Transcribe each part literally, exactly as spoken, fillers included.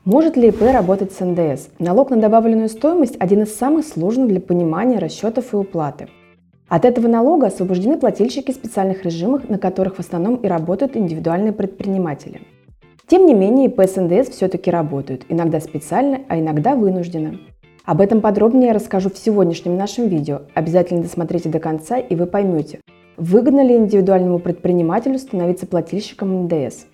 Может ли ИП работать с эн дэ эс? Налог на добавленную стоимость – один из самых сложных для понимания расчетов и уплаты. От этого налога освобождены плательщики в специальных режимах, на которых в основном и работают индивидуальные предприниматели. Тем не менее, ИП с эн дэ эс все-таки работают, иногда специально, а иногда вынужденно. Об этом подробнее я расскажу в сегодняшнем нашем видео. Обязательно досмотрите до конца, и вы поймете, выгодно ли индивидуальному предпринимателю становиться плательщиком эн дэ эс.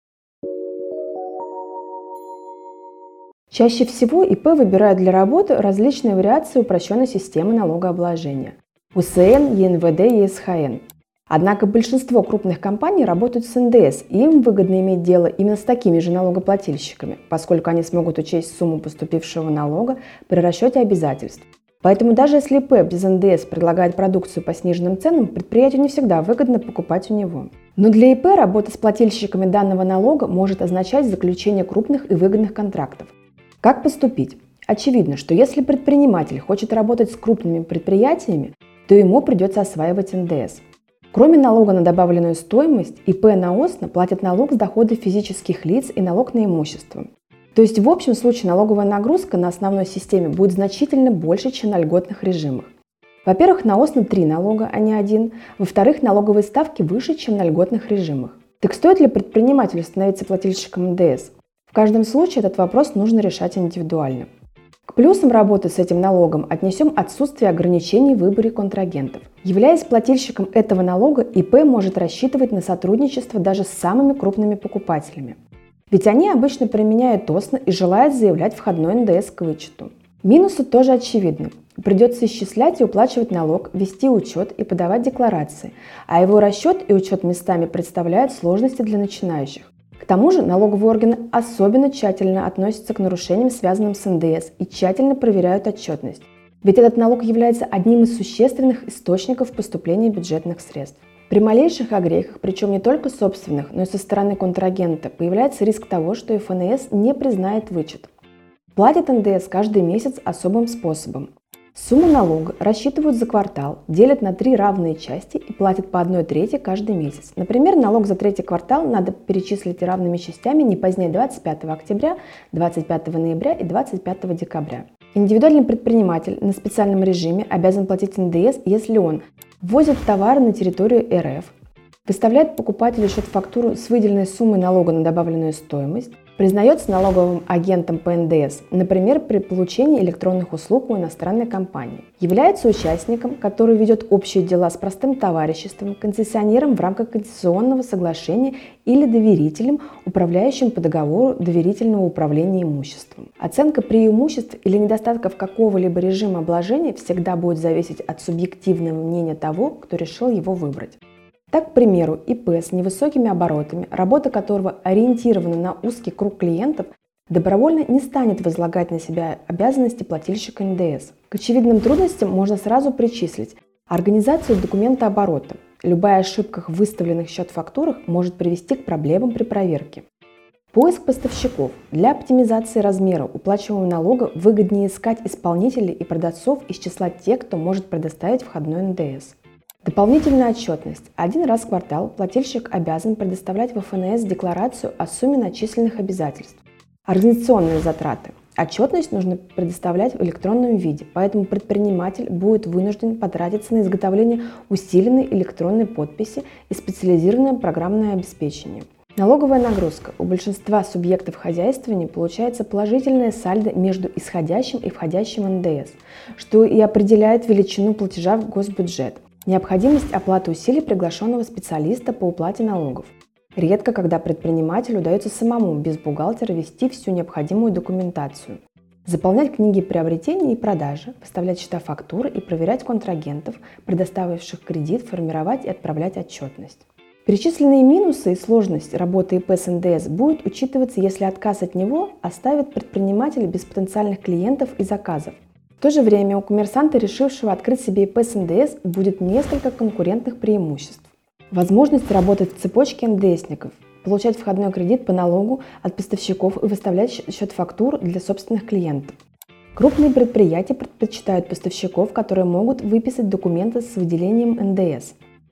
Чаще всего ИП выбирают для работы различные вариации упрощенной системы налогообложения – у эс эн, е эн вэ дэ и эс ха эн. Однако большинство крупных компаний работают с эн дэ эс, и им выгодно иметь дело именно с такими же налогоплательщиками, поскольку они смогут учесть сумму поступившего налога при расчете обязательств. Поэтому даже если ИП без эн дэ эс предлагает продукцию по сниженным ценам, предприятию не всегда выгодно покупать у него. Но для ИП работа с плательщиками данного налога может означать заключение крупных и выгодных контрактов. Как поступить? Очевидно, что если предприниматель хочет работать с крупными предприятиями, то ему придется осваивать эн дэ эс. Кроме налога на добавленную стоимость, ИП наосно платят налог с дохода физических лиц и налог на имущество. То есть в общем случае налоговая нагрузка на основной системе будет значительно больше, чем на льготных режимах. Во-первых, наосно три налога, а не один. Во-вторых, налоговые ставки выше, чем на льготных режимах. Так стоит ли предпринимателю становиться плательщиком эн дэ эс? В каждом случае этот вопрос нужно решать индивидуально. К плюсам работы с этим налогом отнесем отсутствие ограничений в выборе контрагентов. Являясь плательщиком этого налога, ИП может рассчитывать на сотрудничество даже с самыми крупными покупателями. Ведь они обычно применяют ОСНА и желают заявлять входной эн дэ эс к вычету. Минусы тоже очевидны. Придется исчислять и уплачивать налог, вести учет и подавать декларации, а его расчет и учет местами представляют сложности для начинающих. К тому же налоговые органы особенно тщательно относятся к нарушениям, связанным с эн дэ эс, и тщательно проверяют отчетность. Ведь этот налог является одним из существенных источников поступления бюджетных средств. При малейших огрехах, причем не только собственных, но и со стороны контрагента, появляется риск того, что эф эн эс не признает вычет. Платят эн дэ эс каждый месяц особым способом. Сумму налога рассчитывают за квартал, делят на три равные части и платят по одной трети каждый месяц. Например, налог за третий квартал надо перечислить равными частями не позднее двадцать пятого октября, двадцать пятого ноября и двадцать пятого декабря. Индивидуальный предприниматель на специальном режиме обязан платить эн дэ эс, если он ввозит товары на территорию эр эф, выставляет покупателю счет-фактуру с выделенной суммой налога на добавленную стоимость, признается налоговым агентом по эн дэ эс, например, при получении электронных услуг у иностранной компании, является участником, который ведет общие дела с простым товариществом, концессионером в рамках концессионного соглашения или доверителем, управляющим по договору доверительного управления имуществом. Оценка преимуществ или недостатков какого-либо режима обложения всегда будет зависеть от субъективного мнения того, кто решил его выбрать. Так, к примеру, ИП с невысокими оборотами, работа которого ориентирована на узкий круг клиентов, добровольно не станет возлагать на себя обязанности плательщика эн дэ эс. К очевидным трудностям можно сразу причислить организацию документа оборота. Любая ошибка в выставленных счет-фактурах может привести к проблемам при проверке. Поиск поставщиков. Для оптимизации размера уплачиваемого налога выгоднее искать исполнителей и продавцов из числа тех, кто может предоставить входной эн дэ эс. Дополнительная отчетность. Один раз в квартал плательщик обязан предоставлять в эф эн эс декларацию о сумме начисленных обязательств. Организационные затраты. Отчетность нужно предоставлять в электронном виде, поэтому предприниматель будет вынужден потратиться на изготовление усиленной электронной подписи и специализированное программное обеспечение. Налоговая нагрузка. У большинства субъектов хозяйствования получается положительное сальдо между исходящим и входящим эн дэ эс, что и определяет величину платежа в госбюджет. Необходимость оплаты усилий приглашенного специалиста по уплате налогов. Редко, когда предпринимателю удается самому без бухгалтера вести всю необходимую документацию. Заполнять книги приобретения и продажи, выставлять счета-фактуры и проверять контрагентов, предоставивших кредит, формировать и отправлять отчетность. Перечисленные минусы и сложность работы ИП с эн дэ эс будут учитываться, если отказ от него оставит предпринимателя без потенциальных клиентов и заказов. В то же время у коммерсанта, решившего открыть себе ИП с эн дэ эс, будет несколько конкурентных преимуществ. Возможность работать в цепочке эн дэ эсников, получать входной кредит по налогу от поставщиков и выставлять счет-фактур для собственных клиентов. Крупные предприятия предпочитают поставщиков, которые могут выписать документы с выделением эн дэ эс.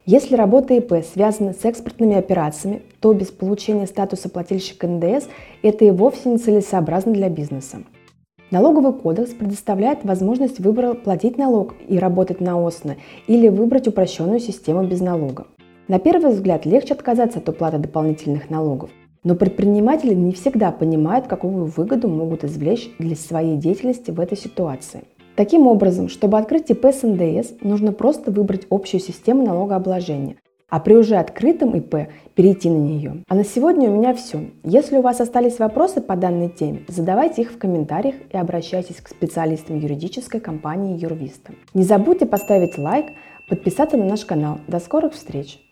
Если работа ИП связана с экспортными операциями, то без получения статуса плательщика эн дэ эс это и вовсе нецелесообразно для бизнеса. Налоговый кодекс предоставляет возможность выбора платить налог и работать наосно или выбрать упрощенную систему без налога. На первый взгляд легче отказаться от уплаты дополнительных налогов, но предприниматели не всегда понимают, какую выгоду могут извлечь для своей деятельности в этой ситуации. Таким образом, чтобы открыть ИП с эн дэ эс, нужно просто выбрать общую систему налогообложения, а при уже открытом ИП перейти на нее. А на сегодня у меня все. Если у вас остались вопросы по данной теме, задавайте их в комментариях и обращайтесь к специалистам юридической компании Юрвиста. Не забудьте поставить лайк, подписаться на наш канал. До скорых встреч!